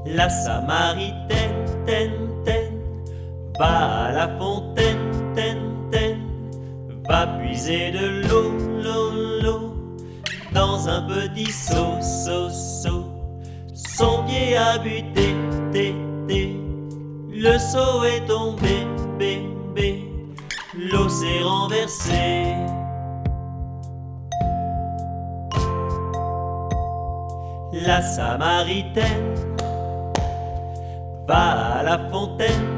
La Samaritaine, va à la fontaine, va puiser de l'eau, dans un petit seau, Son pied a buté, le seau est tombé, l'eau s'est renversée. La Samaritaine va à la fontaine,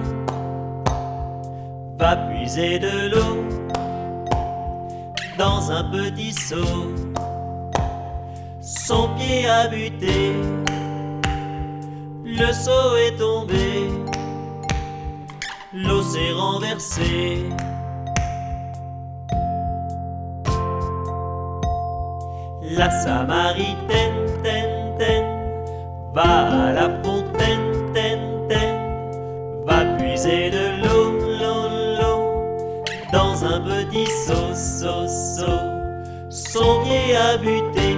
va puiser de l'eau dans un petit seau. Son pied a buté, le seau est tombé, l'eau s'est renversée. La Samaritaine, va à la fontaine, va puiser de l'eau, dans un petit seau, Son pied a buté,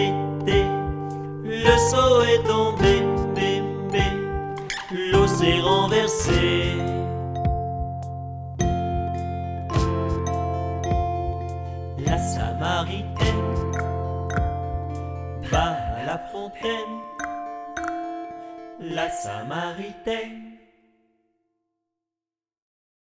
le seau est tombé, l'eau s'est renversée. La Samaritaine va à la fontaine, la Samaritaine